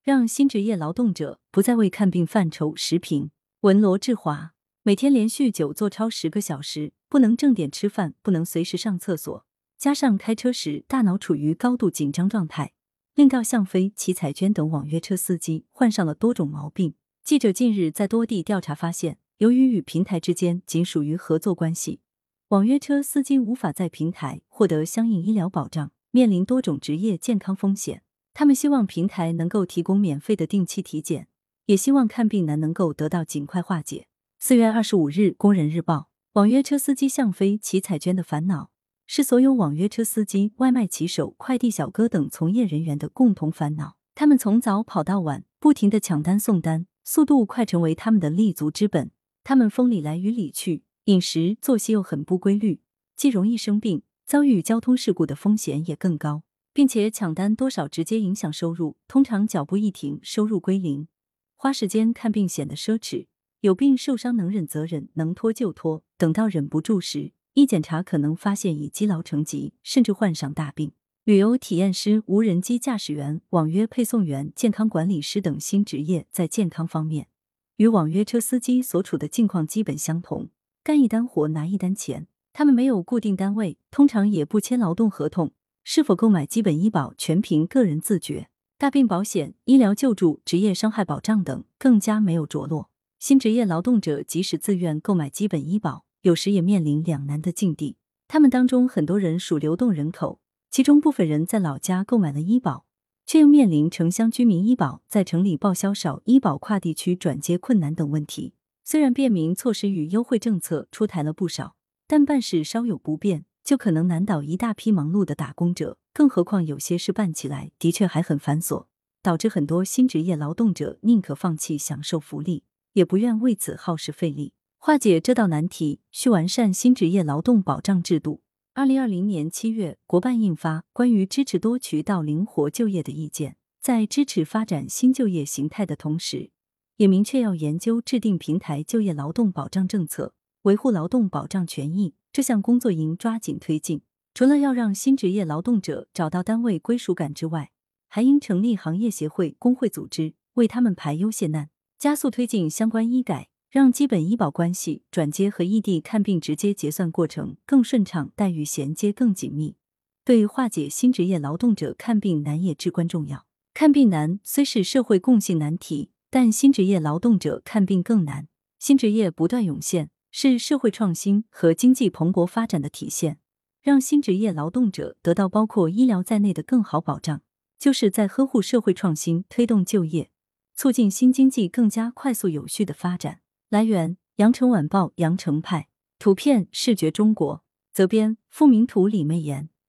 让新职业劳动者不再为看病犯愁时评。文罗志华，每天连续久坐超10个小时，不能正点吃饭，不能随时上厕所，加上开车时大脑处于高度紧张状态，令到向飞、齐彩娟等网约车司机患上了多种毛病。记者近日在多地调查发现，由于与平台之间仅属于合作关系，网约车司机无法在平台获得相应医疗保障，面临多种职业健康风险。他们希望平台能够提供免费的定期体检，也希望看病难能够得到尽快化解。4月25日，工人日报，网约车司机向飞、齐彩娟的烦恼是所有网约车司机、外卖骑手、快递小哥等从业人员的共同烦恼。他们从早跑到晚，不停地抢单送单，速度快成为他们的立足之本。他们风里来雨里去，饮食作息又很不规律，既容易生病，遭遇交通事故的风险也更高，并且抢单多少直接影响收入，通常脚步一停，收入归零。花时间看病显得奢侈，有病受伤能忍则忍，能拖就拖，等到忍不住时，一检查可能发现已积劳成疾，甚至患上大病。旅游体验师、无人机驾驶员、网约配送员、健康管理师等新职业在健康方面与网约车司机所处的境况基本相同，干一单活拿一单钱。他们没有固定单位，通常也不签劳动合同，是否购买基本医保全凭个人自觉。大病保险、医疗救助、职业伤害保障等更加没有着落。新职业劳动者即使自愿购买基本医保，有时也面临两难的境地。他们当中很多人属流动人口，其中部分人在老家购买了医保，却又面临城乡居民医保在城里报销少、医保跨地区转接困难等问题。虽然便民措施与优惠政策出台了不少，但办事稍有不便，就可能难倒一大批忙碌的打工者，更何况有些事办起来的确还很繁琐，导致很多新职业劳动者宁可放弃享受福利，也不愿为此耗时费力。化解这道难题，需完善新职业劳动保障制度。2020年7月，国办印发《关于支持多渠道灵活就业的意见》，在支持发展新就业形态的同时，也明确要研究制定平台就业劳动保障政策，维护劳动保障权益。这项工作应抓紧推进。除了要让新职业劳动者找到单位归属感之外，还应成立行业协会、工会组织，为他们排忧解难，加速推进相关医改，让基本医保关系转接和异地看病直接结算过程更顺畅，待遇衔接更紧密，对化解新职业劳动者看病难也至关重要。看病难虽是社会共性难题，但新职业劳动者看病更难。新职业不断涌现，是社会创新和经济蓬勃发展的体现。让新职业劳动者得到包括医疗在内的更好保障，就是在呵护社会创新，推动就业，促进新经济更加快速有序的发展。来源：羊城晚报羊城派，图片：视觉中国，责编：付明图李媚妍。